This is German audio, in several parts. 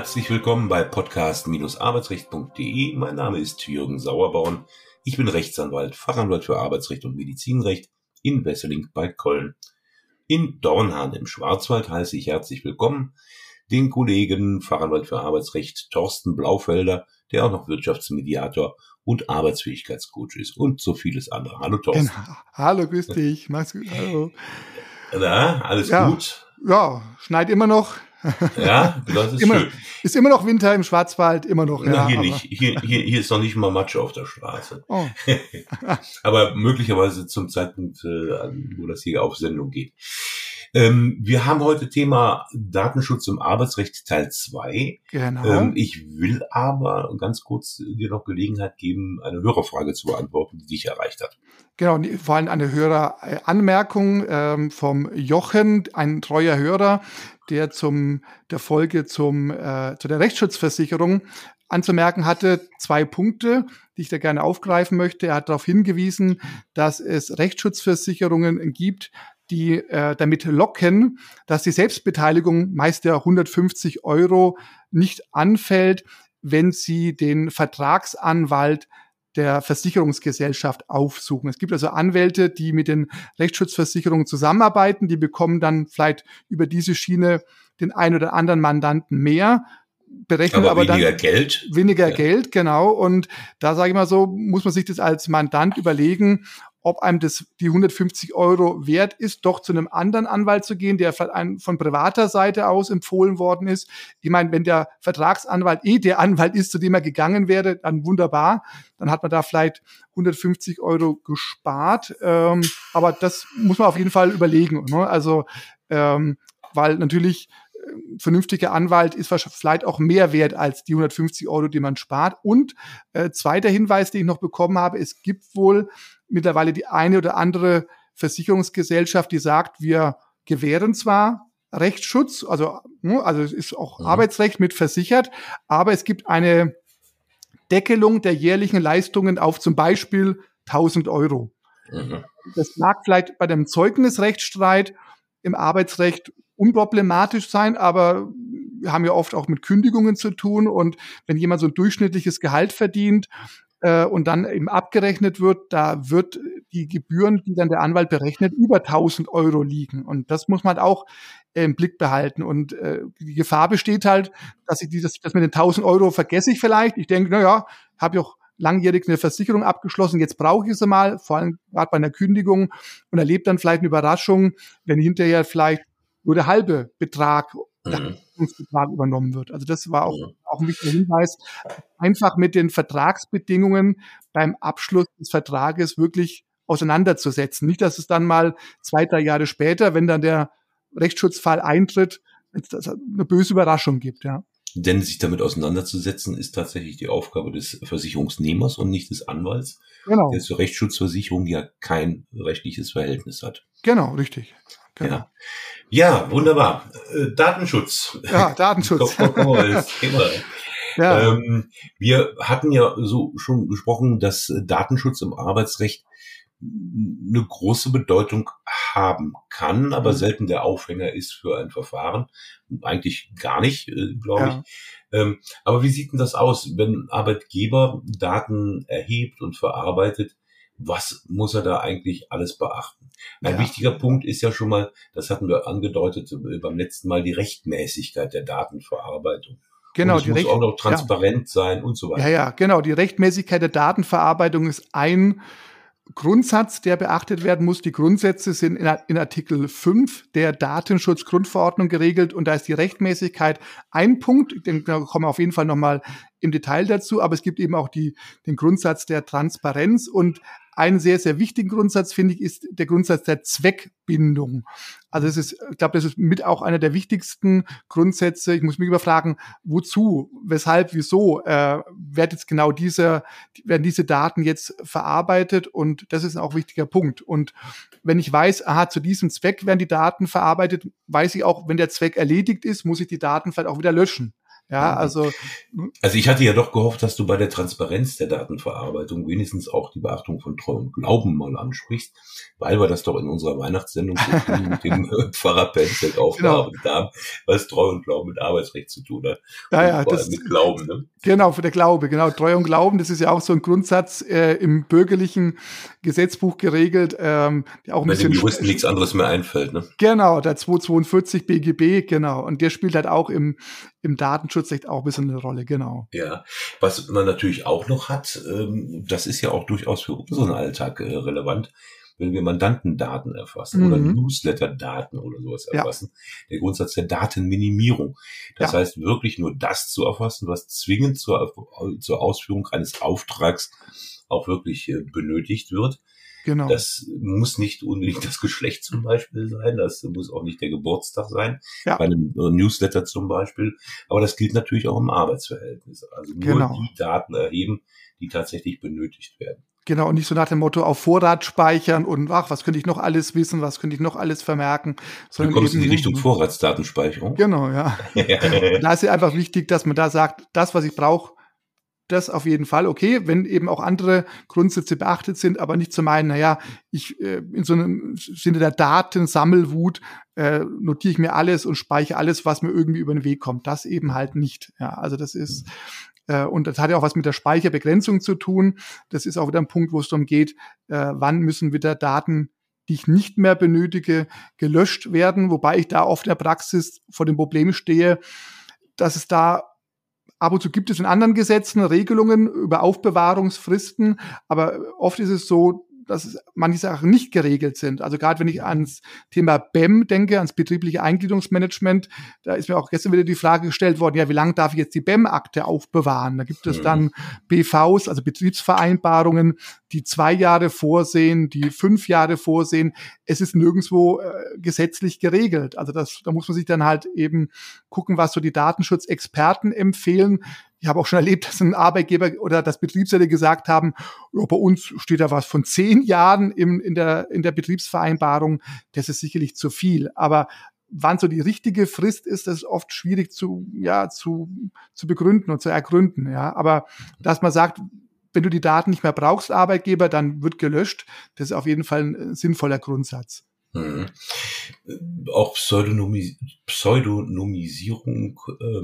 Herzlich willkommen bei podcast-arbeitsrecht.de. Mein Name ist Jürgen Sauerborn. Ich bin Rechtsanwalt, Fachanwalt für Arbeitsrecht und Medizinrecht in Wesseling bei Köln. In Dornhahn im Schwarzwald heiße ich herzlich willkommen den Kollegen Fachanwalt für Arbeitsrecht Thorsten Blaufelder, der auch noch Wirtschaftsmediator und Arbeitsfähigkeitscoach ist und so vieles andere. Hallo Thorsten. Hallo, grüß dich. Mach's gut. Hallo. Na, alles gut? Ja, schneit immer noch. Ja, das ist schön. Ist immer noch Winter im Schwarzwald, immer noch. Na, ja, hier nicht. Hier ist noch nicht mal Matsch auf der Straße. Oh. Aber möglicherweise zum Zeitpunkt, wo das hier auf Sendung geht. Wir haben heute Thema Datenschutz im Arbeitsrecht Teil 2. Genau. Ich will aber ganz kurz dir noch Gelegenheit geben, eine Hörerfrage zu beantworten, die dich erreicht hat. Genau, vor allem eine Höreranmerkung vom Jochen, ein treuer Hörer, der der Folge zu der Rechtsschutzversicherung anzumerken hatte, 2 Punkte, die ich da gerne aufgreifen möchte. Er hat darauf hingewiesen, dass es Rechtsschutzversicherungen gibt, die damit locken, dass die Selbstbeteiligung meist ja 150 € nicht anfällt, wenn sie den Vertragsanwalt der Versicherungsgesellschaft aufsuchen. Es gibt also Anwälte, die mit den Rechtsschutzversicherungen zusammenarbeiten, die bekommen dann vielleicht über diese Schiene den einen oder anderen Mandanten mehr, berechnen aber weniger dann Geld. Weniger Geld, genau. Und da sage ich mal so, muss man sich das als Mandant überlegen, ob einem die 150 € wert ist, doch zu einem anderen Anwalt zu gehen, der vielleicht von privater Seite aus empfohlen worden ist. Ich meine, wenn der Vertragsanwalt der Anwalt ist, zu dem er gegangen wäre, dann wunderbar. Dann hat man da vielleicht 150 € gespart. Aber das muss man auf jeden Fall überlegen. Ne? Also, weil natürlich vernünftiger Anwalt ist vielleicht auch mehr wert als die 150 €, die man spart. Und zweiter Hinweis, den ich noch bekommen habe, es gibt wohl mittlerweile die eine oder andere Versicherungsgesellschaft, die sagt, wir gewähren zwar Rechtsschutz, also es ist auch Arbeitsrecht mit versichert, aber es gibt eine Deckelung der jährlichen Leistungen auf zum Beispiel 1.000 €. Das mag vielleicht bei dem Zeugnisrechtsstreit im Arbeitsrecht unproblematisch sein, aber wir haben ja oft auch mit Kündigungen zu tun, und wenn jemand so ein durchschnittliches Gehalt verdient und dann eben abgerechnet wird, da wird die Gebühren, die dann der Anwalt berechnet, über 1.000 € liegen, und das muss man auch im Blick behalten, und die Gefahr besteht halt, dass ich das mit den 1.000 € vergesse ich vielleicht. Ich denke, habe ich auch langjährig eine Versicherung abgeschlossen, jetzt brauche ich sie mal, vor allem gerade bei einer Kündigung, und erlebe dann vielleicht eine Überraschung, wenn hinterher vielleicht nur der halbe Betrag, der Betrag übernommen wird. Also das war auch ein wichtiger Hinweis, einfach mit den Vertragsbedingungen beim Abschluss des Vertrages wirklich auseinanderzusetzen. Nicht, dass es dann mal 2-3 Jahre später, wenn dann der Rechtsschutzfall eintritt, es eine böse Überraschung gibt, ja. Denn sich damit auseinanderzusetzen, ist tatsächlich die Aufgabe des Versicherungsnehmers und nicht des Anwalts, Genau. der zur Rechtsschutzversicherung ja kein rechtliches Verhältnis hat. Genau, richtig. Genau. Ja, wunderbar. Datenschutz. Ja, Datenschutz. Ja. Wir hatten ja so schon gesprochen, dass Datenschutz im Arbeitsrecht eine große Bedeutung haben kann, aber selten der Aufhänger ist für ein Verfahren. Eigentlich gar nicht, glaube ich. Aber wie sieht denn das aus, wenn ein Arbeitgeber Daten erhebt und verarbeitet? Was muss er da eigentlich alles beachten? Ein wichtiger Punkt ist ja schon mal, das hatten wir angedeutet beim letzten Mal, die Rechtmäßigkeit der Datenverarbeitung. Genau, und es muss auch noch transparent sein und so weiter. Ja, genau. Die Rechtmäßigkeit der Datenverarbeitung ist ein Grundsatz, der beachtet werden muss. Die Grundsätze sind in Artikel 5 der Datenschutzgrundverordnung geregelt, und da ist die Rechtmäßigkeit ein Punkt. Ich denke, da kommen wir auf jeden Fall nochmal im Detail dazu, aber es gibt eben auch den Grundsatz der Transparenz, und einen sehr, sehr wichtigen Grundsatz, finde ich, ist der Grundsatz der Zweckbindung. Also ich glaube, das ist mit auch einer der wichtigsten Grundsätze. Ich muss mich überfragen, wozu, weshalb, wieso werden diese Daten jetzt verarbeitet, und das ist auch ein wichtiger Punkt. Und wenn ich weiß, zu diesem Zweck werden die Daten verarbeitet, weiß ich auch, wenn der Zweck erledigt ist, muss ich die Daten vielleicht auch wieder löschen. Ja, also ich hatte ja doch gehofft, dass du bei der Transparenz der Datenverarbeitung wenigstens auch die Beachtung von Treu und Glauben mal ansprichst, weil wir das doch in unserer Weihnachtssendung so schön mit dem Pfarrer Penzelt genau. aufgearbeitet haben, was Treu und Glauben mit Arbeitsrecht zu tun hat. Und Ja, vor allem mit Glauben, ne? genau, für der Glaube, genau. Treu und Glauben, das ist ja auch so ein Grundsatz im bürgerlichen Gesetzbuch geregelt, der auch ein Wenn dem bisschen Juristen nichts anderes mehr einfällt, ne? genau, der 242 BGB, genau. Und der spielt halt auch im Datenschutzrecht auch ein bisschen eine Rolle, genau. Ja, was man natürlich auch noch hat, das ist ja auch durchaus für unseren Alltag relevant, wenn wir Mandantendaten erfassen oder Mhm. Newsletter-Daten oder sowas Ja, erfassen. Der Grundsatz der Datenminimierung. Das ja, heißt, wirklich nur das zu erfassen, was zwingend zur Ausführung eines Auftrags auch wirklich benötigt wird. genau. Das muss nicht unbedingt das Geschlecht zum Beispiel sein, das muss auch nicht der Geburtstag sein, bei Ja, einem Newsletter zum Beispiel, aber das gilt natürlich auch im Arbeitsverhältnis. Also nur genau. die Daten erheben, die tatsächlich benötigt werden. Genau, und nicht so nach dem Motto auf Vorrat speichern und ach, was könnte ich noch alles wissen, was könnte ich noch alles vermerken, Du sondern kommst in die Richtung eben, Vorratsdatenspeicherung. genau, ja. Und da ist ja einfach wichtig, dass man da sagt, das, was ich brauche, das auf jeden Fall okay, wenn eben auch andere Grundsätze beachtet sind, aber nicht zu meinen, naja, ich in so einem Sinne der Datensammelwut notiere ich mir alles und speichere alles, was mir irgendwie über den Weg kommt. Das eben halt nicht. Ja, also das ist und das hat ja auch was mit der Speicherbegrenzung zu tun. Das ist auch wieder ein Punkt, wo es darum geht, wann müssen wieder Daten, die ich nicht mehr benötige, gelöscht werden. Wobei ich da oft in der Praxis vor dem Problem stehe, dass es da ab und zu gibt es in anderen Gesetzen Regelungen über Aufbewahrungsfristen, aber oft ist es so, dass manche Sachen nicht geregelt sind. Also gerade wenn ich ans Thema BEM denke, ans betriebliche Eingliederungsmanagement, da ist mir auch gestern wieder die Frage gestellt worden, ja, wie lange darf ich jetzt die BEM-Akte aufbewahren? Da gibt es dann BVs, also Betriebsvereinbarungen, die 2 Jahre vorsehen, die 5 Jahre vorsehen. Es ist nirgendwo gesetzlich geregelt. Also da muss man sich dann halt eben gucken, was so die Datenschutzexperten empfehlen. Ich habe auch schon erlebt, dass ein Arbeitgeber oder das Betriebsräte gesagt haben, ja, bei uns steht da was von 10 Jahren in der Betriebsvereinbarung. Das ist sicherlich zu viel. Aber wann so die richtige Frist ist, das ist oft schwierig zu begründen und zu ergründen. Ja, aber dass man sagt, wenn du die Daten nicht mehr brauchst, Arbeitgeber, dann wird gelöscht. Das ist auf jeden Fall ein sinnvoller Grundsatz. Mhm. Auch Pseudonymisierung,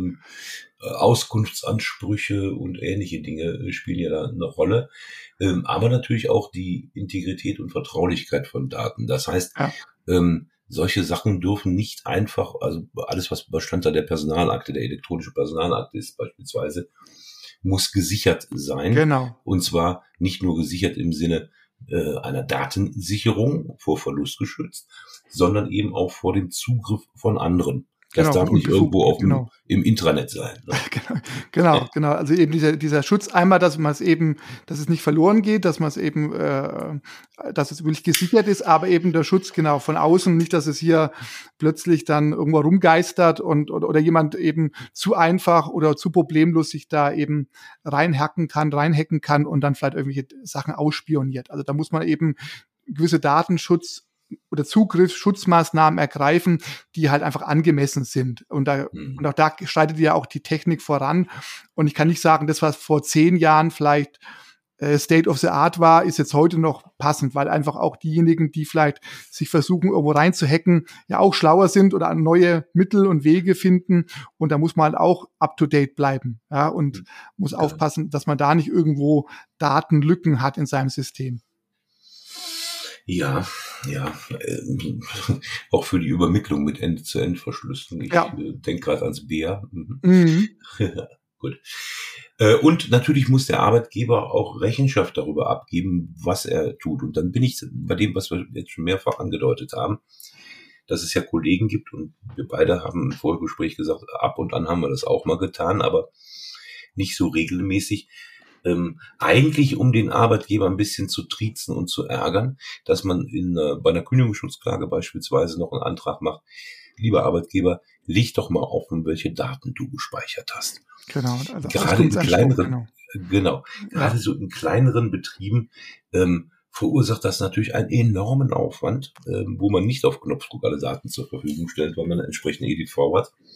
Auskunftsansprüche und ähnliche Dinge spielen ja da eine Rolle. Aber natürlich auch die Integrität und Vertraulichkeit von Daten. Das heißt, Ja. Solche Sachen dürfen nicht einfach, also alles, was Bestandteil der Personalakte, der elektronischen Personalakte ist beispielsweise, muss gesichert sein. Genau. Und zwar nicht nur gesichert im Sinne einer Datensicherung vor Verlust geschützt, sondern eben auch vor dem Zugriff von anderen. Das Genau, darf nicht irgendwo genau. im Intranet sein. Ne? Genau. Also eben dieser Schutz einmal, dass es nicht verloren geht, dass man es eben, dass es wirklich gesichert ist, aber eben der Schutz genau von außen, nicht, dass es hier plötzlich dann irgendwo rumgeistert oder jemand eben zu einfach oder zu problemlos sich da eben reinhacken kann und dann vielleicht irgendwelche Sachen ausspioniert. Also da muss man eben gewisse Datenschutz oder Zugriffsschutzmaßnahmen ergreifen, die halt einfach angemessen sind. Und auch da schreitet ja auch die Technik voran. Und ich kann nicht sagen, das, was vor 10 Jahren vielleicht State of the Art war, ist jetzt heute noch passend, weil einfach auch diejenigen, die vielleicht sich versuchen, irgendwo reinzuhacken, ja auch schlauer sind oder neue Mittel und Wege finden. Und da muss man halt auch up to date bleiben. Ja, und muss aufpassen, dass man da nicht irgendwo Datenlücken hat in seinem System. Ja, auch für die Übermittlung mit Ende-zu-Ende-Verschlüssen. Ich denke gerade ans BEA. Gut. Und natürlich muss der Arbeitgeber auch Rechenschaft darüber abgeben, was er tut. Und dann bin ich bei dem, was wir jetzt schon mehrfach angedeutet haben, dass es ja Kollegen gibt und wir beide haben im Vorgespräch gesagt, ab und an haben wir das auch mal getan, aber nicht so regelmäßig. Eigentlich um den Arbeitgeber ein bisschen zu triezen und zu ärgern, dass man bei einer Kündigungsschutzklage beispielsweise noch einen Antrag macht, lieber Arbeitgeber, leg doch mal offen, welche Daten du gespeichert hast. Genau, also gerade in kleineren, gerade so in kleineren Betrieben verursacht das natürlich einen enormen Aufwand, wo man nicht auf Knopfdruck alle Daten zur Verfügung stellt, weil man eine entsprechende EDV hat,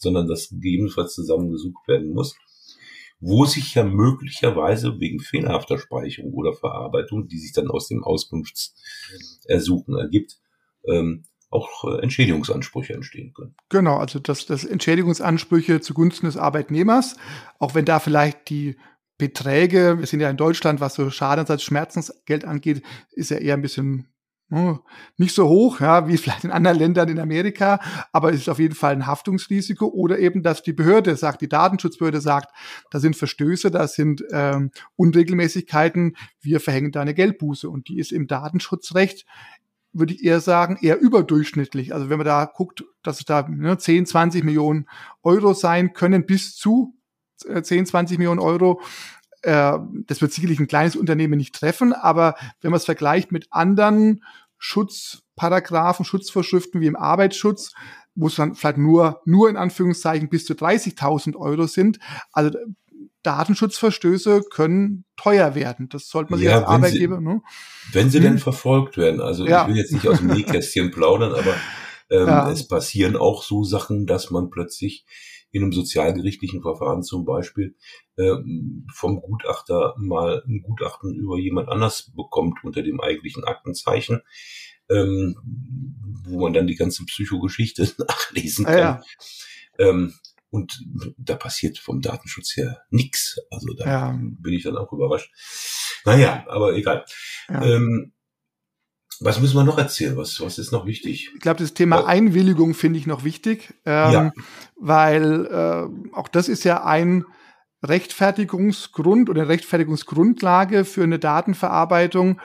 sondern das gegebenenfalls zusammengesucht werden muss, wo sich ja möglicherweise wegen fehlerhafter Speicherung oder Verarbeitung, die sich dann aus dem Auskunftsersuchen ergibt, auch Entschädigungsansprüche entstehen können. Genau, also das Entschädigungsansprüche zugunsten des Arbeitnehmers, auch wenn da vielleicht die Beträge, wir sind ja in Deutschland, was so Schadenersatz, Schmerzensgeld angeht, ist ja eher ein bisschen nicht so hoch, ja, wie vielleicht in anderen Ländern in Amerika, aber es ist auf jeden Fall ein Haftungsrisiko oder eben, dass die Behörde sagt, die Datenschutzbehörde sagt, da sind Verstöße, da sind Unregelmäßigkeiten, wir verhängen da eine Geldbuße und die ist im Datenschutzrecht, würde ich eher sagen, eher überdurchschnittlich. Also wenn man da guckt, dass es da 10, 20 Millionen Euro sein können, bis zu 10, 20 Millionen Euro. Das wird sicherlich ein kleines Unternehmen nicht treffen, aber wenn man es vergleicht mit anderen Schutzparagraphen, Schutzvorschriften wie im Arbeitsschutz, wo es dann vielleicht nur in Anführungszeichen bis zu 30.000 Euro sind, also Datenschutzverstöße können teuer werden. Das sollte man sich als Arbeitgeber... Wenn sie denn verfolgt werden, also ich will jetzt nicht aus dem Nähkästchen plaudern, aber es passieren auch so Sachen, dass man plötzlich in einem sozialgerichtlichen Verfahren zum Beispiel vom Gutachter mal ein Gutachten über jemand anders bekommt unter dem eigentlichen Aktenzeichen, wo man dann die ganze Psychogeschichte nachlesen kann. Und da passiert vom Datenschutz her nichts. Also da bin ich dann auch überrascht. Naja, aber egal. Ja. Was müssen wir noch erzählen? Was ist noch wichtig? Ich glaube, das Thema Einwilligung finde ich noch wichtig, weil auch das ist ja ein Rechtfertigungsgrund oder Rechtfertigungsgrundlage für eine Datenverarbeitung,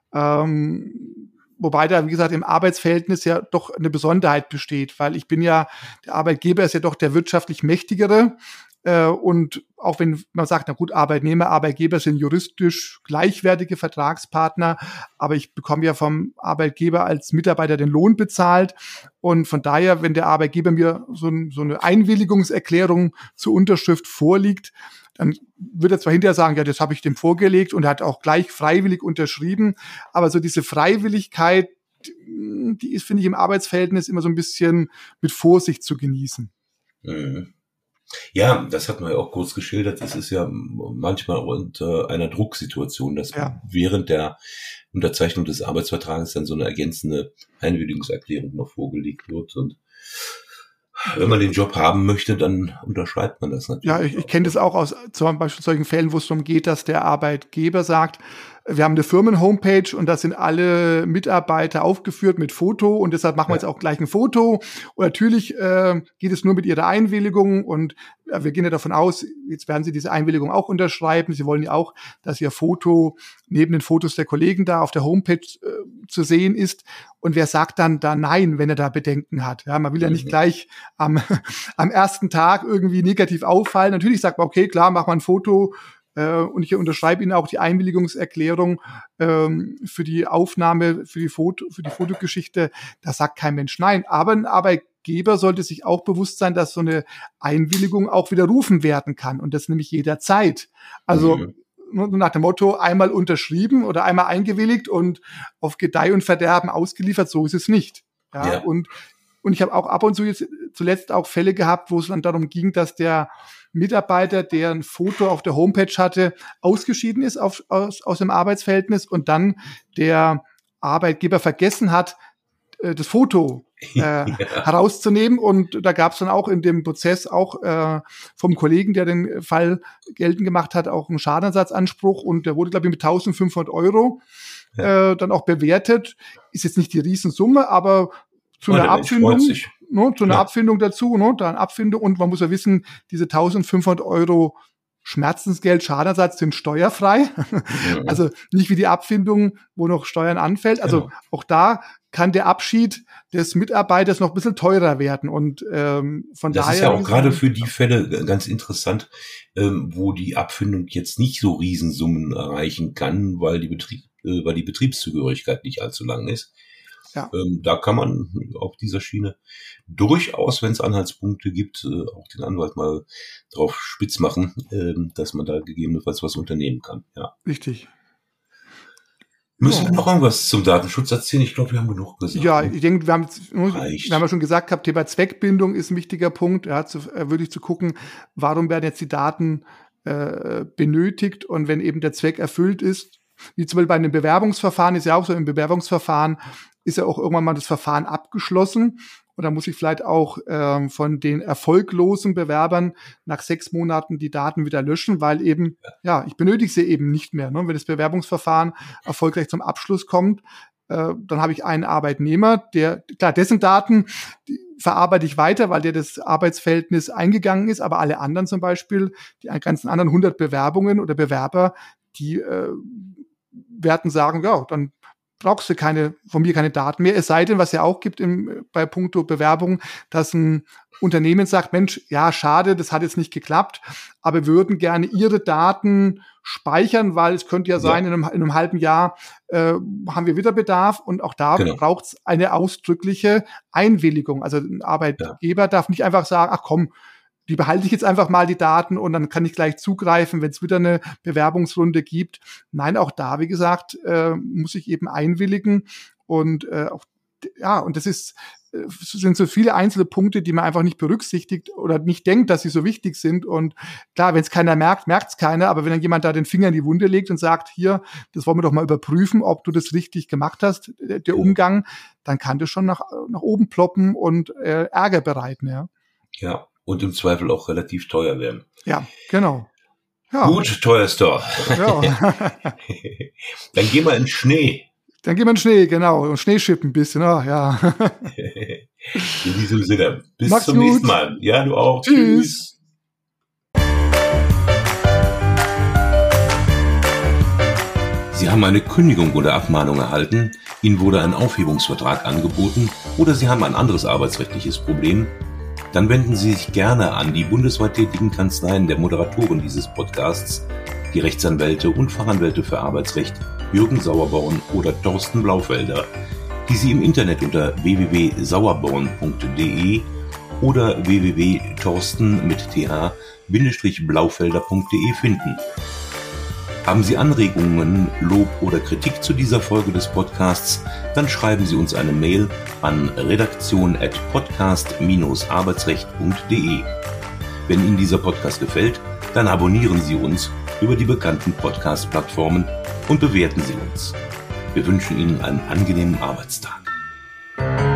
wobei da, wie gesagt, im Arbeitsverhältnis ja doch eine Besonderheit besteht, weil der Arbeitgeber ist ja doch der wirtschaftlich Mächtigere. Und auch wenn man sagt, na gut, Arbeitnehmer, Arbeitgeber sind juristisch gleichwertige Vertragspartner, aber ich bekomme ja vom Arbeitgeber als Mitarbeiter den Lohn bezahlt. Und von daher, wenn der Arbeitgeber mir so eine Einwilligungserklärung zur Unterschrift vorliegt, dann wird er zwar hinterher sagen, ja, das habe ich dem vorgelegt und er hat auch gleich freiwillig unterschrieben, aber so diese Freiwilligkeit, die ist, finde ich, im Arbeitsverhältnis immer so ein bisschen mit Vorsicht zu genießen. Mhm. Ja, das hat man ja auch kurz geschildert. Es ist ja manchmal unter einer Drucksituation, dass während der Unterzeichnung des Arbeitsvertrages dann so eine ergänzende Einwilligungserklärung noch vorgelegt wird. Und wenn man den Job haben möchte, dann unterschreibt man das natürlich. Ja, ich kenne das auch aus zum Beispiel solchen Fällen, wo es darum geht, dass der Arbeitgeber sagt, wir haben eine Firmen-Homepage und da sind alle Mitarbeiter aufgeführt mit Foto und deshalb machen wir jetzt auch gleich ein Foto. Und natürlich geht es nur mit Ihrer Einwilligung und wir gehen ja davon aus, jetzt werden Sie diese Einwilligung auch unterschreiben. Sie wollen ja auch, dass Ihr Foto neben den Fotos der Kollegen da auf der Homepage zu sehen ist. Und wer sagt dann da nein, wenn er da Bedenken hat? Ja, man will ja nicht gleich am ersten Tag irgendwie negativ auffallen. Natürlich sagt man, okay, klar, mach mal ein Foto. Und ich unterschreibe Ihnen auch die Einwilligungserklärung für die Aufnahme, für die Fotogeschichte. Da sagt kein Mensch nein. Aber ein Arbeitgeber sollte sich auch bewusst sein, dass so eine Einwilligung auch widerrufen werden kann. Und das nämlich jederzeit. Also nach dem Motto, einmal unterschrieben oder einmal eingewilligt und auf Gedeih und Verderben ausgeliefert. So ist es nicht. Ja. Und ich habe auch ab und zu zuletzt auch Fälle gehabt, wo es dann darum ging, dass der Mitarbeiter, der ein Foto auf der Homepage hatte, ausgeschieden ist aus dem Arbeitsverhältnis und dann der Arbeitgeber vergessen hat, das Foto herauszunehmen. Und da gab es dann auch in dem Prozess auch vom Kollegen, der den Fall geltend gemacht hat, auch einen Schadenersatzanspruch und der wurde, glaube ich, mit 1.500 Euro dann auch bewertet. Ist jetzt nicht die Riesensumme, aber zu einer Abfindung. Zu einer Abfindung dazu, da eine Abfindung. Und man muss ja wissen, diese 1.500 Euro Schmerzensgeld, Schadenersatz sind steuerfrei. Also nicht wie die Abfindung, wo noch Steuern anfällt. Also auch da kann der Abschied des Mitarbeiters noch ein bisschen teurer werden. Und von daher. Das ist ja auch gerade für die Fälle ganz interessant, wo die Abfindung jetzt nicht so Riesensummen erreichen kann, weil die Betriebszugehörigkeit nicht allzu lang ist. Ja. Da kann man auf dieser Schiene durchaus, wenn es Anhaltspunkte gibt, auch den Anwalt mal drauf spitz machen, dass man da gegebenenfalls was unternehmen kann. Ja. Richtig. Müssen wir noch irgendwas zum Datenschutz erzählen? Ich glaube, wir haben genug gesagt. Ja, ich denke, wir haben ja schon gesagt gehabt, Thema Zweckbindung ist ein wichtiger Punkt. Ja, wirklich zu gucken, warum werden jetzt die Daten benötigt und wenn eben der Zweck erfüllt ist, wie zum Beispiel bei einem Bewerbungsverfahren ist ja auch so, im Bewerbungsverfahren ist ja auch irgendwann mal das Verfahren abgeschlossen. Und da muss ich vielleicht auch von den erfolglosen Bewerbern nach 6 Monaten die Daten wieder löschen, weil eben, ich benötige sie eben nicht mehr. Ne? Wenn das Bewerbungsverfahren erfolgreich zum Abschluss kommt, dann habe ich einen Arbeitnehmer, dessen Daten die verarbeite ich weiter, weil der das Arbeitsverhältnis eingegangen ist, aber alle anderen zum Beispiel, die ganzen anderen 100 Bewerbungen oder Bewerber, die werden sagen, ja, dann brauchst du von mir keine Daten mehr. Es sei denn, was ja auch gibt bei puncto Bewerbung, dass ein Unternehmen sagt, Mensch, ja, schade, das hat jetzt nicht geklappt, aber wir würden gerne Ihre Daten speichern, weil es könnte ja sein, in einem halben Jahr haben wir wieder Bedarf und auch da braucht es eine ausdrückliche Einwilligung. Also ein Arbeitgeber darf nicht einfach sagen, ach komm, die behalte ich jetzt einfach mal die Daten und dann kann ich gleich zugreifen, wenn es wieder eine Bewerbungsrunde gibt. Nein, auch da, wie gesagt, muss ich eben einwilligen und und das sind so viele einzelne Punkte, die man einfach nicht berücksichtigt oder nicht denkt, dass sie so wichtig sind. Und klar, wenn es keiner merkt, merkt es keiner. Aber wenn dann jemand da den Finger in die Wunde legt und sagt, hier, das wollen wir doch mal überprüfen, ob du das richtig gemacht hast, der Umgang, dann kann das schon nach oben ploppen und Ärger bereiten, ja. Ja, und im Zweifel auch relativ teuer werden. Ja, genau. Ja. Gut, teuerster. Ja. Dann gehen wir in den Schnee. Dann gehen wir in den Schnee, genau. Und Schneeschippen ein bisschen, ja. In diesem Sinne. Bis Mach's zum nächsten Mal. Ja, du auch. Tschüss. Sie haben eine Kündigung oder Abmahnung erhalten, Ihnen wurde ein Aufhebungsvertrag angeboten oder Sie haben ein anderes arbeitsrechtliches Problem, dann wenden Sie sich gerne an die bundesweit tätigen Kanzleien der Moderatoren dieses Podcasts, die Rechtsanwälte und Fachanwälte für Arbeitsrecht Jürgen Sauerborn oder Thorsten Blaufelder, die Sie im Internet unter www.sauerborn.de oder www.thorsten-blaufelder.de finden. Haben Sie Anregungen, Lob oder Kritik zu dieser Folge des Podcasts, dann schreiben Sie uns eine Mail an redaktion@podcast-arbeitsrecht.de. Wenn Ihnen dieser Podcast gefällt, dann abonnieren Sie uns über die bekannten Podcast-Plattformen und bewerten Sie uns. Wir wünschen Ihnen einen angenehmen Arbeitstag.